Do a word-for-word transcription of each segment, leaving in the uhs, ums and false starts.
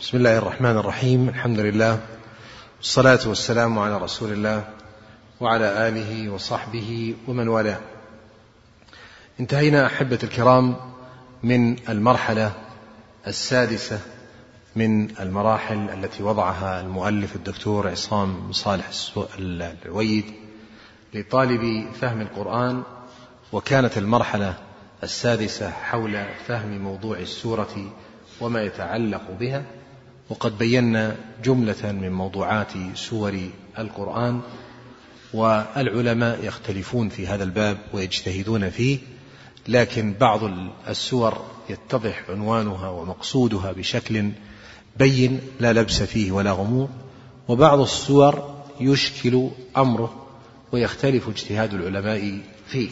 بسم الله الرحمن الرحيم. الحمد لله والصلاة والسلام على رسول الله وعلى آله وصحبه ومن والاه. انتهينا أحبة الكرام من المرحلة السادسة من المراحل التي وضعها المؤلف الدكتور عصام صالح العويد لطالب فهم القرآن، وكانت المرحلة السادسة حول فهم موضوع السورة وما يتعلق بها، وقد بينا جملة من موضوعات سور القرآن، والعلماء يختلفون في هذا الباب ويجتهدون فيه، لكن بعض السور يتضح عنوانها ومقصودها بشكل بين لا لبس فيه ولا غموض، وبعض السور يشكل أمره ويختلف اجتهاد العلماء فيه.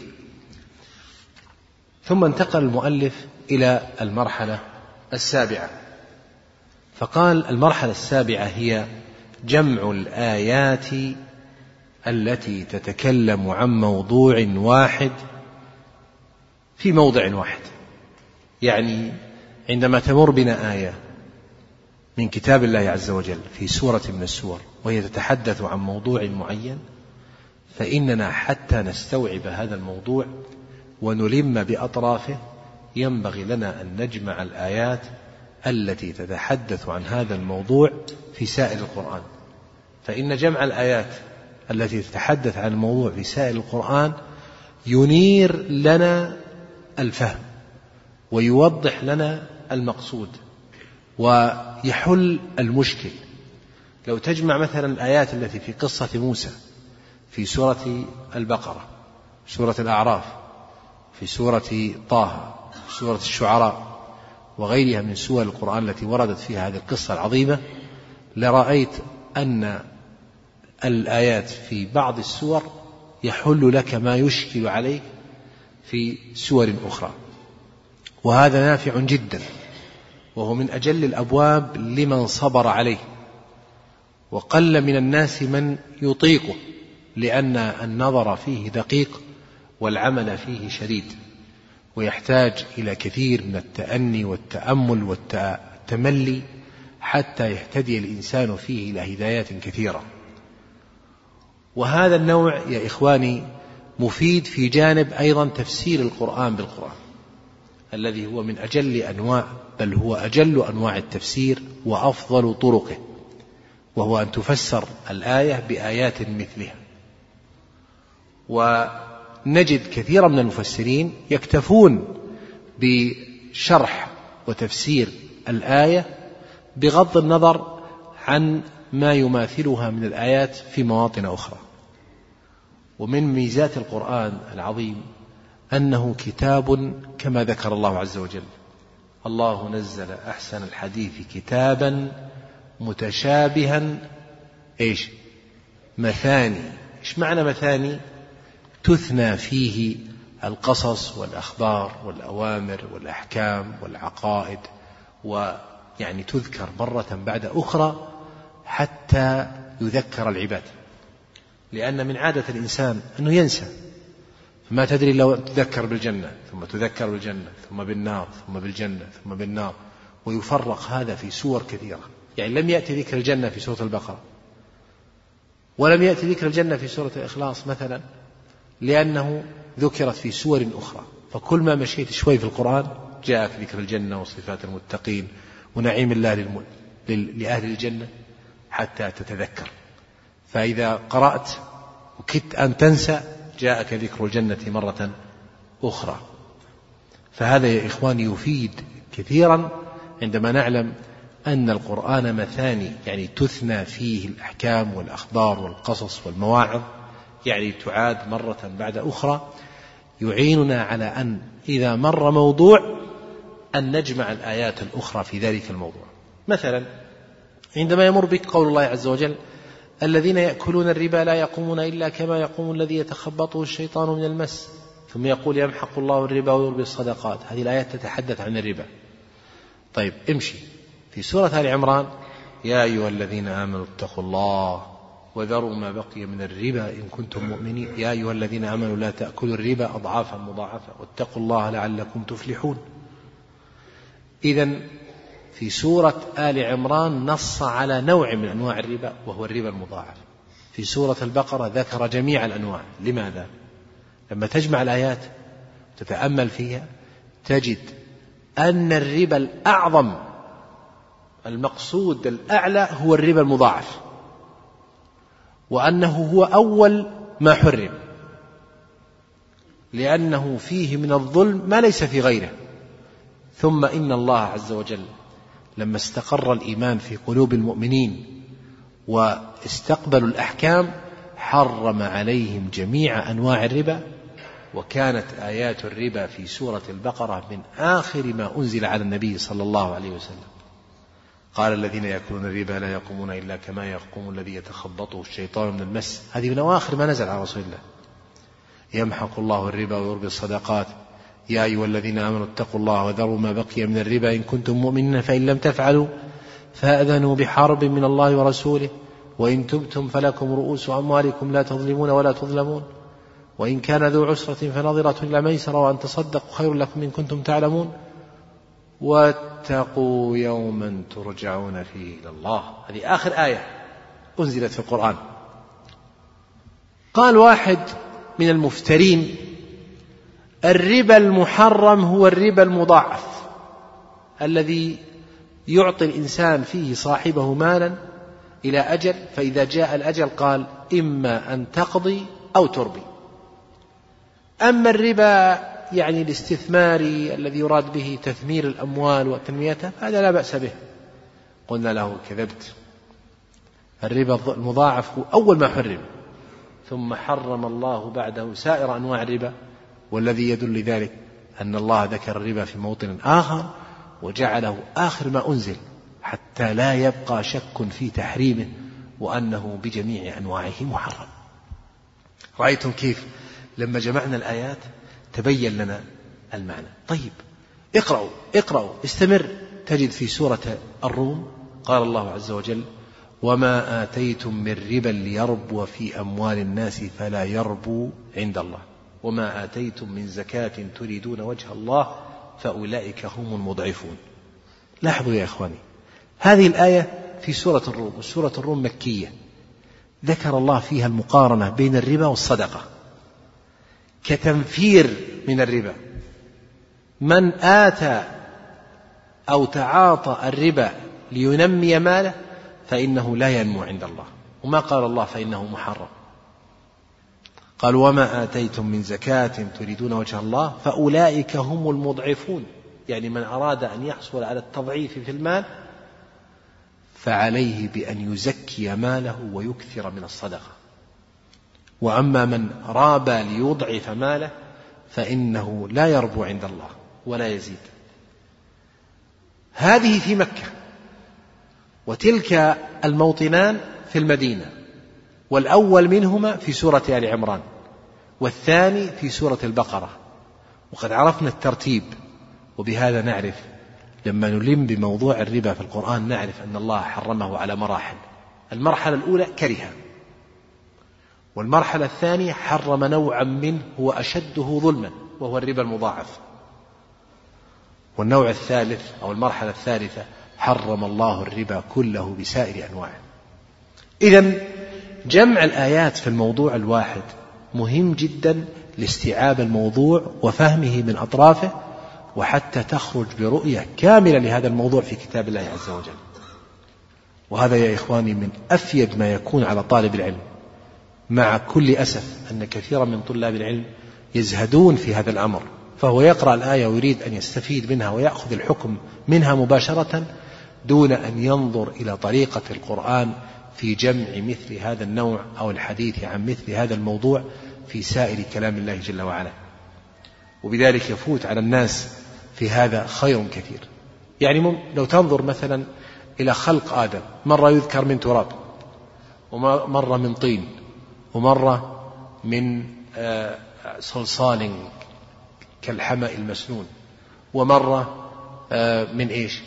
ثم انتقل المؤلف إلى المرحلة السابعة، فقال: المرحلة السابعة هي جمع الآيات التي تتكلم عن موضوع واحد في موضع واحد. يعني عندما تمر بنا آية من كتاب الله عز وجل في سورة من السور وهي تتحدث عن موضوع معين، فإننا حتى نستوعب هذا الموضوع ونلم بأطرافه ينبغي لنا أن نجمع الآيات التي تتحدث عن هذا الموضوع في سائر القرآن، فإن جمع الآيات التي تتحدث عن الموضوع في سائر القرآن ينير لنا الفهم ويوضح لنا المقصود ويحل المشكل. لو تجمع مثلا الآيات التي في قصة موسى في سورة البقرة، سورة الأعراف، في سورة طه، سورة الشعراء، وغيرها من سور القرآن التي وردت فيها هذه القصة العظيمة، لرأيت أن الآيات في بعض السور يحل لك ما يشكل عليك في سور أخرى، وهذا نافع جدا، وهو من أجل الأبواب لمن صبر عليه، وقل من الناس من يطيقه، لأن النظر فيه دقيق والعمل فيه شديد، ويحتاج إلى كثير من التأني والتأمل والتملي حتى يهتدي الإنسان فيه إلى هدايات كثيرة. وهذا النوع يا إخواني مفيد في جانب أيضا تفسير القرآن بالقرآن، الذي هو من أجل أنواع، بل هو أجل أنواع التفسير وأفضل طرقه، وهو أن تفسر الآية بآيات مثلها. ونجد كثيرا من المفسرين يكتفون بشرح وتفسير الآية بغض النظر عن ما يماثلها من الآيات في مواطن أخرى. ومن ميزات القرآن العظيم أنه كتاب كما ذكر الله عز وجل: الله نزل أحسن الحديث كتابا متشابها إيش مثاني. إيش معنى مثاني؟ تثنى فيه القصص والأخبار والأوامر والأحكام والعقائد، ويعني تذكر مرة بعد أخرى حتى يذكر العباد، لأن من عادة الإنسان أنه ينسى، فما تدري لو تذكر بالجنة ثم تذكر بالجنة ثم بالنار ثم بالجنة ثم بالنار، ويفرق هذا في سور كثيرة. يعني لم يأتي ذكر الجنة في سورة البقرة، ولم يأتي ذكر الجنة في سورة الإخلاص مثلا، لأنه ذكرت في سور أخرى. فكل ما مشيت شوي في القرآن جاءك ذكر الجنة وصفات المتقين ونعيم الله لأهل الجنة حتى تتذكر. فإذا قرأت وكدت أن تنسى جاءك ذكر الجنة مرة أخرى. فهذا يا إخواني يفيد كثيرا عندما نعلم أن القرآن مثاني، يعني تثنى فيه الأحكام والأخبار والقصص والمواعظ، يعني تعاد مرة بعد أخرى، يعيننا على أن إذا مر موضوع أن نجمع الآيات الأخرى في ذلك الموضوع. مثلا عندما يمر بك قول الله عز وجل: الذين يأكلون الربا لا يقومون إلا كما يقوم الذي يتخبطه الشيطان من المس، ثم يقول: يمحق الله الربا ويربي الصدقات. هذه الآيات تتحدث عن الربا. طيب امشي في سورة آل عمران: يا أيها الذين آمنوا اتقوا الله وذروا ما بقي من الربا إن كنتم مؤمنين، يا أيها الذين آمنوا لا تأكلوا الربا أضعافا مضاعفة واتقوا الله لعلكم تفلحون. إذن في سورة آل عمران نص على نوع من أنواع الربا وهو الربا المضاعف. في سورة البقرة ذكر جميع الأنواع. لماذا؟ لما تجمع الآيات تتأمل فيها تجد أن الربا الأعظم المقصود الأعلى هو الربا المضاعف، وأنه هو أول ما حرم، لأنه فيه من الظلم ما ليس في غيره. ثم إن الله عز وجل لما استقر الإيمان في قلوب المؤمنين واستقبلوا الأحكام حرم عليهم جميع أنواع الربا، وكانت آيات الربا في سورة البقرة من آخر ما أنزل على النبي صلى الله عليه وسلم. قال الذين يأكلون الربا لا يقومون إلا كما يقوم الذي يتخبطه الشيطان من المس. هذه من أواخر ما نزل على رسول الله. يمحق الله الربا ويربي الصدقات يا أيها الذين آمنوا اتقوا الله وذروا ما بقي من الربا إن كنتم مؤمنين فإن لم تفعلوا فأذنوا بحرب من الله ورسوله وإن تبتم فلكم رؤوس أموالكم لا تظلمون ولا تظلمون وإن كان ذو عسرة فنظرة إلى ميسرة وأن تصدقوا خير لكم إن كنتم تعلمون واتقوا يوما ترجعون فيه إلى الله. هذه آخر آية أنزلت في القرآن. قال واحد من المفترين الربا المحرم هو الربا المضاعف الذي يعطي الإنسان فيه صاحبه مالا إلى أجل، فإذا جاء الأجل قال إما أن تقضي أو تربي. أما الربا يعني الاستثماري الذي يراد به تثمير الأموال وتنميتها هذا لا بأس به. قلنا له كذبت، الربا المضاعف هو أول ما حرم، ثم حرم الله بعده سائر أنواع الربا، والذي يدل لذلك أن الله ذكر الربا في موطن آخر وجعله آخر ما أنزل حتى لا يبقى شك في تحريمه وأنه بجميع أنواعه محرم. رأيتم كيف لما جمعنا الآيات تبين لنا المعنى. طيب اقرأوا اقرأوا استمر، تجد في سورة الروم قال الله عز وجل وما آتيتم من ربا ليربو في أموال الناس فلا يربو عند الله وما آتيتم من زكاة تريدون وجه الله فأولئك هم المضعفون. لاحظوا يا إخواني هذه الآية في سورة الروم، وسورة الروم مكية، ذكر الله فيها المقارنة بين الربا والصدقة كتنفير من الربا. من آتى أو تعاطى الربا لينمي ماله فإنه لا ينمو عند الله، وما قال الله فإنه محرم، قال وما آتيتم من زكاة تريدون وجه الله فأولئك هم المضعفون، يعني من أراد أن يحصل على التضعيف في المال فعليه بأن يزكي ماله ويكثر من الصدقة، وأما من رابى ليضعف ماله فإنه لا يربو عند الله ولا يزيد. هذه في مكة، وتلك الموطنان في المدينة، والأول منهما في سورة آل عمران والثاني في سورة البقرة. وقد عرفنا الترتيب، وبهذا نعرف لما نلم بموضوع الربا في القرآن نعرف أن الله حرمه على مراحل. المرحلة الأولى كره، والمرحلة الثانية حرم نوعا منه هو أشده ظلما وهو الربا المضاعف، والنوع الثالث أو المرحلة الثالثة حرم الله الربا كله بسائر أنواعه. إذن جمع الآيات في الموضوع الواحد مهم جدا لاستيعاب الموضوع وفهمه من أطرافه، وحتى تخرج برؤية كاملة لهذا الموضوع في كتاب الله عز وجل. وهذا يا إخواني من أفيد ما يكون على طالب العلم، مع كل أسف أن كثيرا من طلاب العلم يزهدون في هذا الأمر، فهو يقرأ الآية ويريد أن يستفيد منها ويأخذ الحكم منها مباشرة دون أن ينظر إلى طريقة القرآن في جمع مثل هذا النوع أو الحديث عن مثل هذا الموضوع في سائر كلام الله جل وعلا. وبذلك يفوت على الناس في هذا خير كثير. يعني لو تنظر مثلا إلى خلق آدم، مرة يذكر من تراب، ومرة من طين، ومرة من صلصال كالحمأ المسنون، ومرة من إيش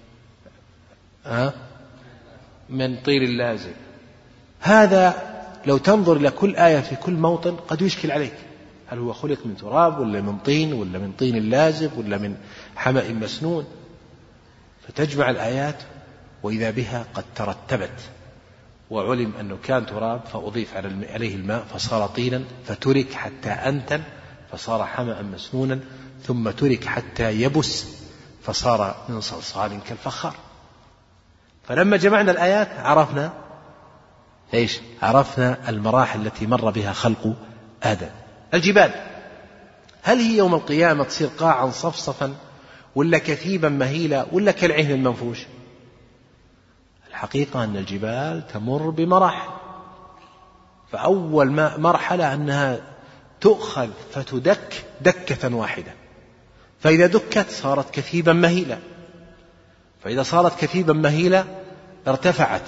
ها من طين اللازم. هذا لو تنظر إلى كل آية في كل موطن قد يشكل عليك، هل هو خلق من تراب ولا من طين ولا من طين اللازب ولا من حمأ مسنون؟ فتجمع الآيات وإذا بها قد ترتبت، وعلم أنه كان تراب فأضيف عليه الماء فصار طينا، فترك حتى أنتن فصار حمأ مسنونا، ثم ترك حتى يبس فصار من صلصال كالفخار. فلما جمعنا الآيات عرفنا إيش؟ عرفنا المراحل التي مر بها خلق آدم. الجبال هل هي يوم القيامة تصير قاعا صفصفا ولا كثيبا مهيلا ولا كالعهن المنفوش؟ الحقيقة أن الجبال تمر بمراحل، فأول مرحلة أنها تؤخذ فتدك دكة واحدة، فإذا دكت صارت كثيبا مهيلا، فإذا صارت كثيبا مهيلا ارتفعت.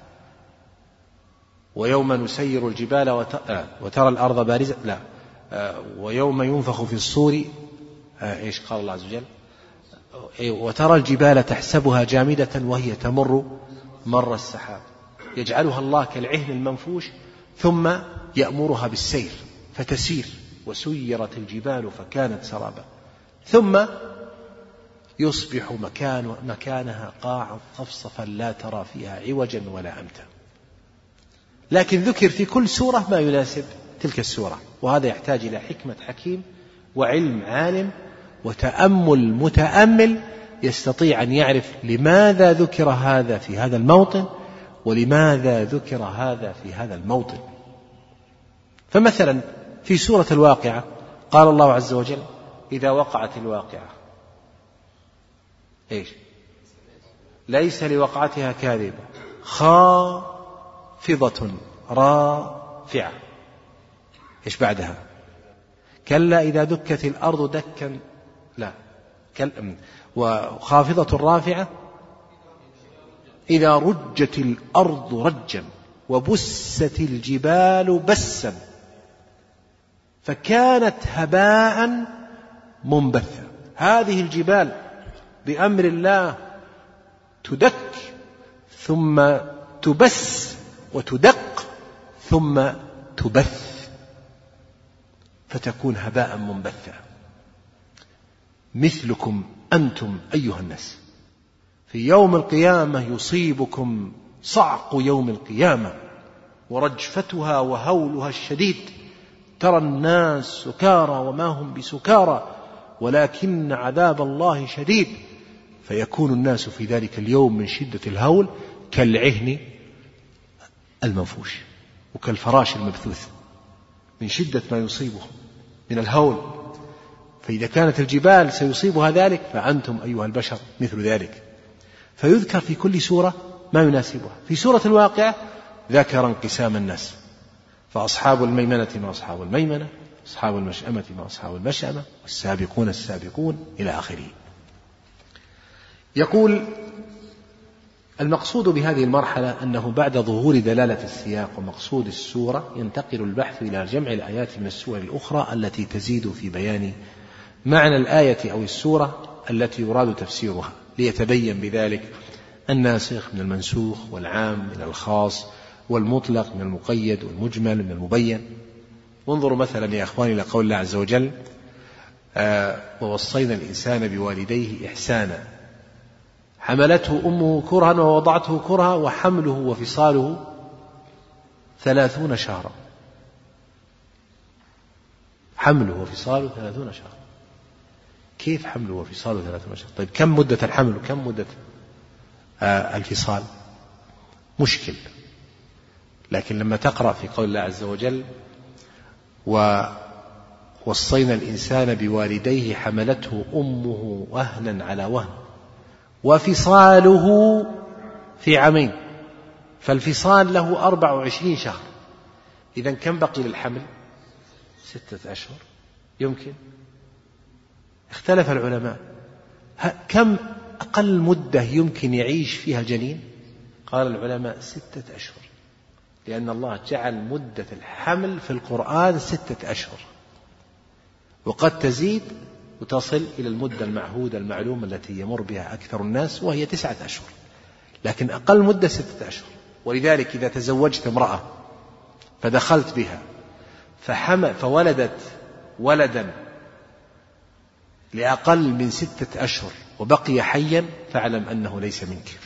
ويوم نسير الجبال وترى الأرض بارزة لا ويوم ينفخ في الصور إيش قال الله عز وجل؟ وترى الجبال تحسبها جامدة وهي تمر مر السحاب، يجعلها الله كالعهن المنفوش ثم يأمرها بالسير فتسير، وسيرت الجبال فكانت سرابا، ثم يصبح مكان مكانها قاعا صفصفا لا ترى فيها عوجا ولا أمتا. لكن ذكر في كل سورة ما يناسب تلك السورة، وهذا يحتاج إلى حكمة حكيم وعلم عالم وتأمل متأمل يستطيع أن يعرف لماذا ذكر هذا في هذا الموطن ولماذا ذكر هذا في هذا الموطن. فمثلا في سورة الواقعة قال الله عز وجل: إذا وقعت الواقعة إيش؟ ليس لوقعتها كاذبة خافضة رافعة. إيش بعدها؟ كلا إذا دكت الأرض دكا لا وخافضة رافعة إذا رجت الأرض رجا وبست الجبال بسا فكانت هباء منبثا. هذه الجبال بأمر الله تدك ثم تبس وتدق ثم تبث فتكون هباء منبثا. مثلكم أنتم أيها الناس في يوم القيامة يصيبكم صعق يوم القيامة ورجفتها وهولها الشديد، ترى الناس سكارى وما هم بسكارى ولكن عذاب الله شديد، فيكون الناس في ذلك اليوم من شدة الهول كالعهن المنفوش وكالفراش المبثوث من شدة ما يصيبهم من الهول. فإذا كانت الجبال سيصيبها ذلك فأنتم أيها البشر مثل ذلك. فيذكر في كل سورة ما يناسبها. في سورة الواقعة ذكر انقسام الناس، فأصحاب الميمنة ما أصحاب الميمنة، أصحاب المشأمة ما أصحاب المشأمة، والسابقون السابقون إلى آخره. يقول: المقصود بهذه المرحلة أنه بعد ظهور دلالة السياق ومقصود السورة ينتقل البحث إلى جمع الآيات من السور الأخرى التي تزيد في بيان معنى الآية أو السورة التي يراد تفسيرها، ليتبين بذلك الناسخ من المنسوخ والعام من الخاص والمطلق من المقيد والمجمل من المبين. وانظروا مثلا يا أخواني إلى قول الله عز وجل: آه ووصينا الإنسان بوالديه إحسانا حملته أمه كرها ووضعته كرها وحمله وفصاله ثلاثون شهرا. حمله وفصاله ثلاثون شهرا. كيف حمله وفصاله ثلاثون شهرا؟ طيب كم مدة الحمل وكم مدة آه الفصال؟ مشكل. لكن لما تقرأ في قول الله عز وجل: ووصينا الإنسان بوالديه حملته أمه وهنا على وهن وفصاله في عامين، فالفصال له أربع وعشرين شهر. إذن كم بقي للحمل؟ ستة أشهر. يمكن اختلف العلماء كم أقل مدة يمكن يعيش فيها الجنين؟ قال العلماء ستة أشهر، لأن الله جعل مدة الحمل في القرآن ستة أشهر، وقد تزيد وتصل إلى المدة المعهودة المعلومة التي يمر بها أكثر الناس وهي تسعة أشهر، لكن أقل مدة ستة أشهر. ولذلك إذا تزوجت امرأة فدخلت بها فحمل فولدت ولدا لأقل من ستة أشهر وبقي حيا فاعلم أنه ليس منك.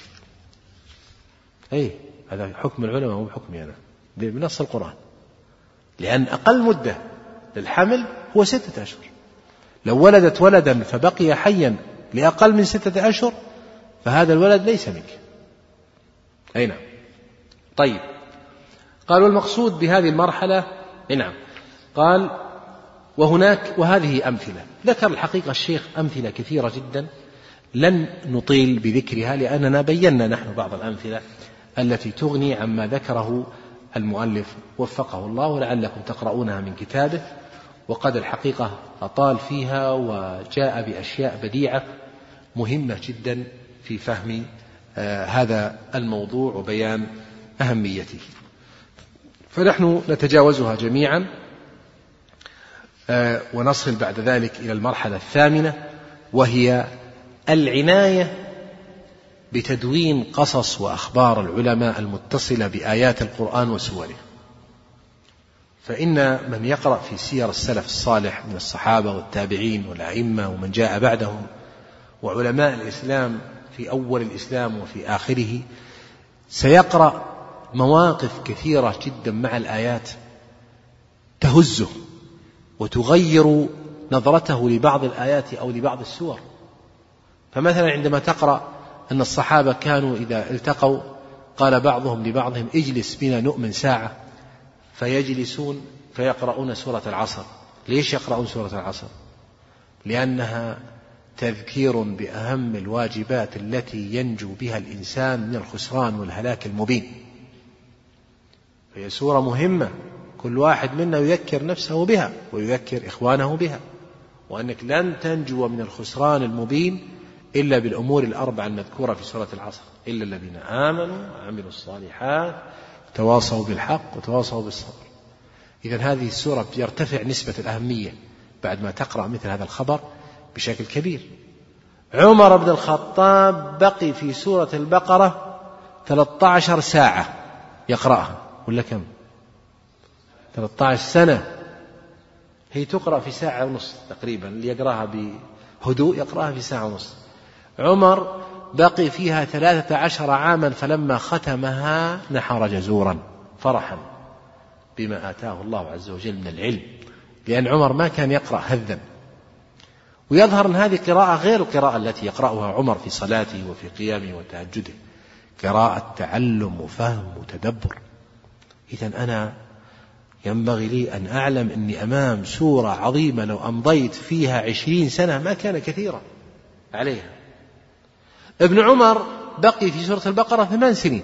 أي هذا حكم العلماء مو بحكمي أنا، بنص القرآن، لأن أقل مدة للحمل هو ستة أشهر. لو ولدت ولدا فبقي حيا لأقل من ستة أشهر فهذا الولد ليس منك. أي نعم. طيب، قال والمقصود بهذه المرحلة، نعم، قال وهناك وهذه أمثلة. ذكر الحقيقة الشيخ أمثلة كثيرة جدا لن نطيل بذكرها لأننا بينا نحن بعض الأمثلة التي تغني عما ذكره المؤلف وفقه الله، ولعلكم تقرؤونها من كتابه، وقد الحقيقة أطال فيها وجاء بأشياء بديعة مهمة جدا في فهم آه هذا الموضوع وبيان أهميته، فنحن نتجاوزها جميعا آه ونصل بعد ذلك إلى المرحلة الثامنة، وهي العناية بتدوين قصص وأخبار العلماء المتصلة بآيات القرآن وسوره. فإن من يقرأ في سير السلف الصالح من الصحابة والتابعين والأئمة ومن جاء بعدهم وعلماء الإسلام في أول الإسلام وفي آخره سيقرأ مواقف كثيرة جدا مع الآيات تهزه وتغير نظرته لبعض الآيات أو لبعض السور. فمثلا عندما تقرأ أن الصحابة كانوا إذا التقوا قال بعضهم لبعضهم اجلس بنا نؤمن ساعة، فيجلسون فيقرؤون سورة العصر. ليش يقرؤون سورة العصر؟ لأنها تذكير بأهم الواجبات التي ينجو بها الإنسان من الخسران والهلاك المبين. فهي سورة مهمة كل واحد منا يذكر نفسه بها ويذكر إخوانه بها، وأنك لن تنجو من الخسران المبين إلا بالأمور الأربعة المذكورة في سورة العصر، إلا الذين آمنوا وعملوا الصالحات تواصوا بالحق وتواصوا بالصبر. إذن هذه السورة يرتفع نسبة الأهمية بعد ما تقرأ مثل هذا الخبر بشكل كبير. عمر بن الخطاب بقي في سورة البقرة ثلاثة عشر ساعة يقرأها، ولا كم؟ ثلاثة عشر سنة. هي تقرأ في ساعة ونص تقريبا، اللي يقرأها بهدوء يقرأها في ساعة ونص. عمر بقي فيها ثلاثة عشر عاما، فلما ختمها نحر جزورا فرحا بما آتاه الله عز وجل من العلم، لأن عمر ما كان يقرأ هذا. ويظهر أن هذه قراءة غير القراءة التي يقرأها عمر في صلاته وفي قيامه وتهجده، قراءة تعلم وفهم وتدبر. إذن أنا ينبغي لي أن أعلم أني أمام سورة عظيمة لو أمضيت فيها عشرين سنة ما كان كثيرا عليها. ابن عمر بقي في سورة البقرة ثمان سنين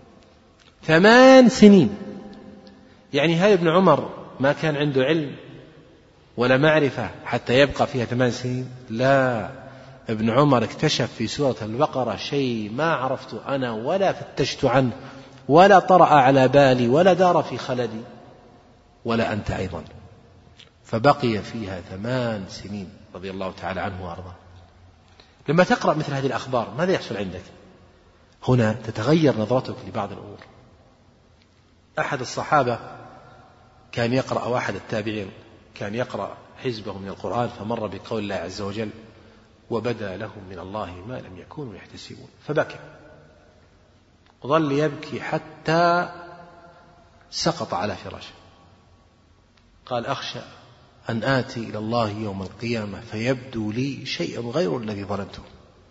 ثمان سنين يعني هل ابن عمر ما كان عنده علم ولا معرفة حتى يبقى فيها ثمان سنين؟ لا، ابن عمر اكتشف في سورة البقرة شيء ما عرفت أنا ولا فتشت عنه ولا طرأ على بالي ولا دار في خلدي ولا أنت أيضا، فبقي فيها ثمان سنين رضي الله تعالى عنه وأرضاه. لما تقرأ مثل هذه الأخبار ماذا يحصل عندك؟ هنا تتغير نظرتك لبعض الأمور. أحد الصحابة كان يقرأ، أو أحد التابعين كان يقرأ حزبه من القرآن، فمر بقول الله عز وجل وبدا لهم من الله ما لم يكونوا يحتسبون، فبكى وظل يبكي حتى سقط على فراشه. قال أخشى أن آتي إلى الله يوم القيامة فيبدو لي شيء غير الذي ظننته،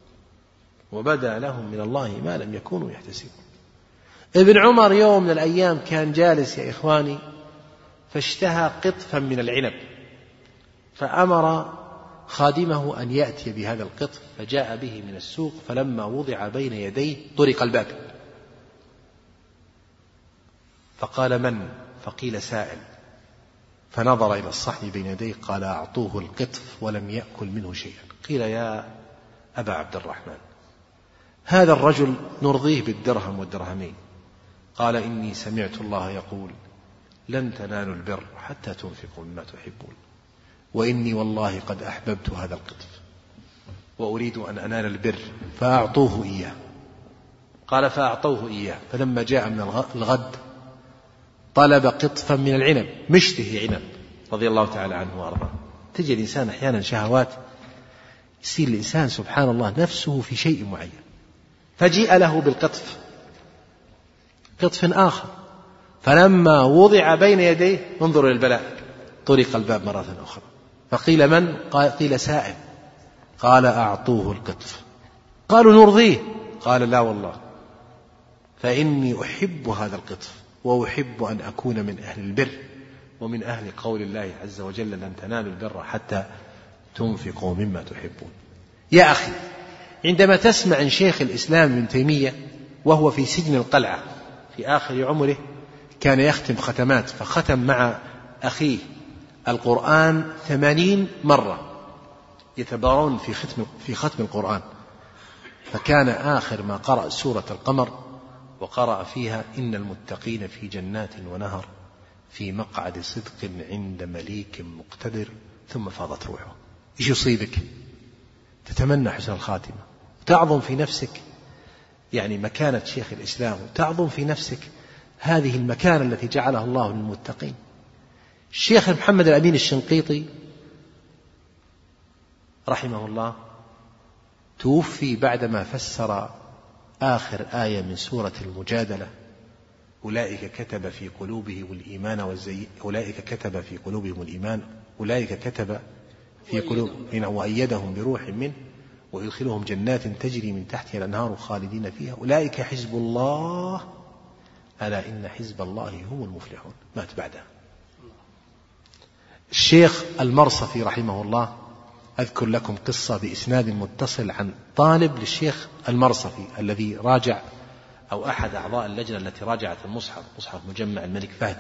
وبدا لهم من الله ما لم يكونوا يحتسبون. ابن عمر يوم من الأيام كان جالس يا إخواني فاشتهى قطفا من العنب، فأمر خادمه أن يأتي بهذا القطف، فجاء به من السوق، فلما وضع بين يديه طرق الباب، فقال من؟ فقيل سائل، فنظر إلى الصحن بين يديه قال أعطوه القطف ولم يأكل منه شيئا. قيل يا أبا عبد الرحمن هذا الرجل نرضيه بالدرهم والدرهمين. قال إني سمعت الله يقول لن تنالوا البر حتى تنفقوا مما تحبون، وإني والله قد أحببت هذا القطف وأريد أن أنال البر فأعطوه إياه. قال فأعطوه إياه، فلما جاء من الغد طلب قطفا من العنب، مشته عنب رضي الله تعالى عنه وأرضاه. تجي الإنسان أحيانا شهوات يصير الإنسان سبحان الله نفسه في شيء معين، فجيء له بالقطف، قطف آخر، فلما وضع بين يديه انظر للبلاء طرق الباب مرة أخرى، فقيل من؟ قيل سائل، قال أعطوه القطف. قالوا نرضيه، قال لا والله، فإني أحب هذا القطف وأحب أن أكون من أهل البر ومن أهل قول الله عز وجل لن تنالوا البر حتى تنفقوا مما تحبون. يا أخي، عندما تسمع عن شيخ الإسلام ابن تيمية وهو في سجن القلعة في آخر عمره كان يختم ختمات، فختم مع أخيه القرآن ثمانين مرة يتبارون في ختم, في ختم القرآن، فكان آخر ما قرأ سورة القمر وقرأ فيها إن المتقين في جنات ونهر في مقعد صدق عند مليك مقتدر، ثم فاضت روحه. إيش يصيبك؟ تتمنى حسن الخاتمة، تعظم في نفسك يعني مكانة شيخ الإسلام، تعظم في نفسك هذه المكانة التي جعلها الله للمتقين. الشيخ محمد الأمين الشنقيطي رحمه الله توفي بعدما فسر آخر آية من سورة المجادلة: أولئك كتب في قلوبهم الإيمان والزي أولئك كتب في قلوبهم الإيمان أولئك كتب في قلوبهم وأيدهم بروح منه ويدخلهم جنات تجري من تحتها الأنهار خالدين فيها أولئك حزب الله ألا إن حزب الله هم المفلحون. مات بعدها. الشيخ المرصفي رحمه الله، أذكر لكم قصة بإسناد متصل عن طالب للشيخ المرصفي الذي راجع أو أحد أعضاء اللجنة التي راجعت المصحف، مصحف مجمع الملك فهد،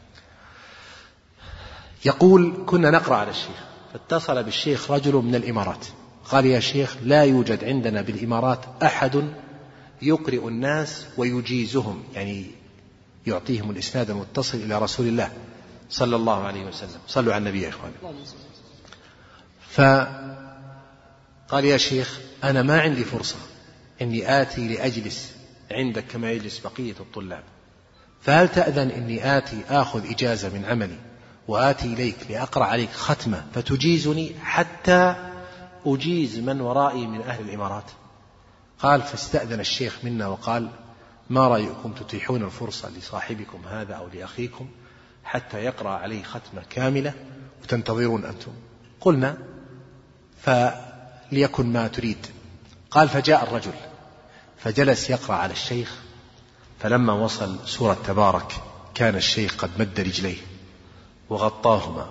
يقول: كنا نقرأ على الشيخ، فاتصل بالشيخ رجل من الإمارات قال: يا شيخ، لا يوجد عندنا بالإمارات أحد يقرئ الناس ويجيزهم، يعني يعطيهم الإسناد المتصل إلى رسول الله صلى الله عليه وسلم. صلوا على النبي يا إخواني. فقال: يا شيخ، أنا ما عندي فرصة إني آتي لأجلس عندك كما يجلس بقية الطلاب، فهل تأذن إني آتي آخذ إجازة من عملي وآتي إليك لأقرأ عليك ختمة فتجيزني حتى أجيز من ورائي من أهل الإمارات؟ قال: فاستأذن الشيخ منا وقال: ما رأيكم تتيحون الفرصة لصاحبكم هذا أو لأخيكم حتى يقرأ عليه ختمة كاملة وتنتظرون أنتم؟ قلنا: فليكن ما تريد. قال: فجاء الرجل فجلس يقرأ على الشيخ، فلما وصل سورة تبارك كان الشيخ قد مد رجليه وغطاهما،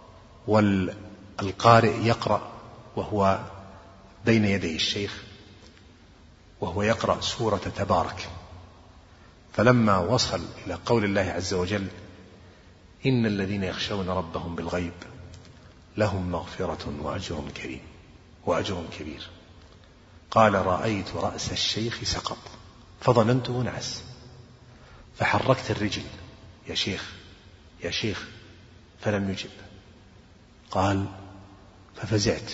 والقارئ يقرأ وهو بين يدي الشيخ وهو يقرأ سورة تبارك، فلما وصل إلى قول الله عز وجل: إن الذين يخشون ربهم بالغيب لهم مغفرة وأجر كريم وأجر كبير، قال: رأيت رأس الشيخ سقط فظننته نعس، فحركت الرجل: يا شيخ يا شيخ، فلم يجب. قال: ففزعت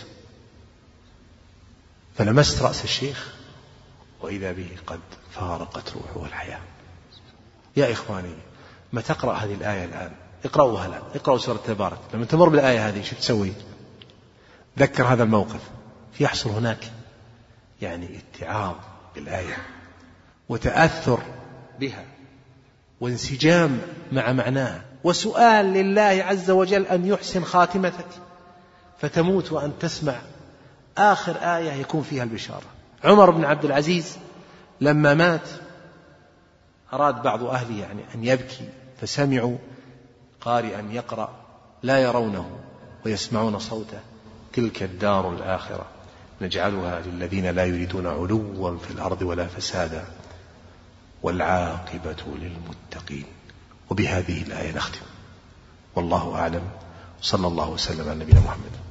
فلمست رأس الشيخ وإذا به قد فارقت روحه الحياة. يا إخواني، ما تقرأ هذه الآية الآن، اقرأوها الآن، اقرأوا سورة تبارك، لما تمر بالآية هذه شو تسوي؟ ذكر هذا الموقف، يحصل هناك يعني اتعاظ بالآية وتأثر بها وانسجام مع معناها وسؤال لله عز وجل أن يحسن خاتمتك، فتموت وأن تسمع آخر آية يكون فيها البشارة. عمر بن عبد العزيز لما مات أراد بعض أهله يعني أن يبكي، فسمعوا قارئا يقرأ لا يرونه ويسمعون صوته: تلك الدار الآخرة نجعلها للذين لا يريدون علوا في الأرض ولا فسادا والعاقبة للمتقين. وبهذه الآية نختم، والله أعلم، صلى الله وسلم على نبينا محمد.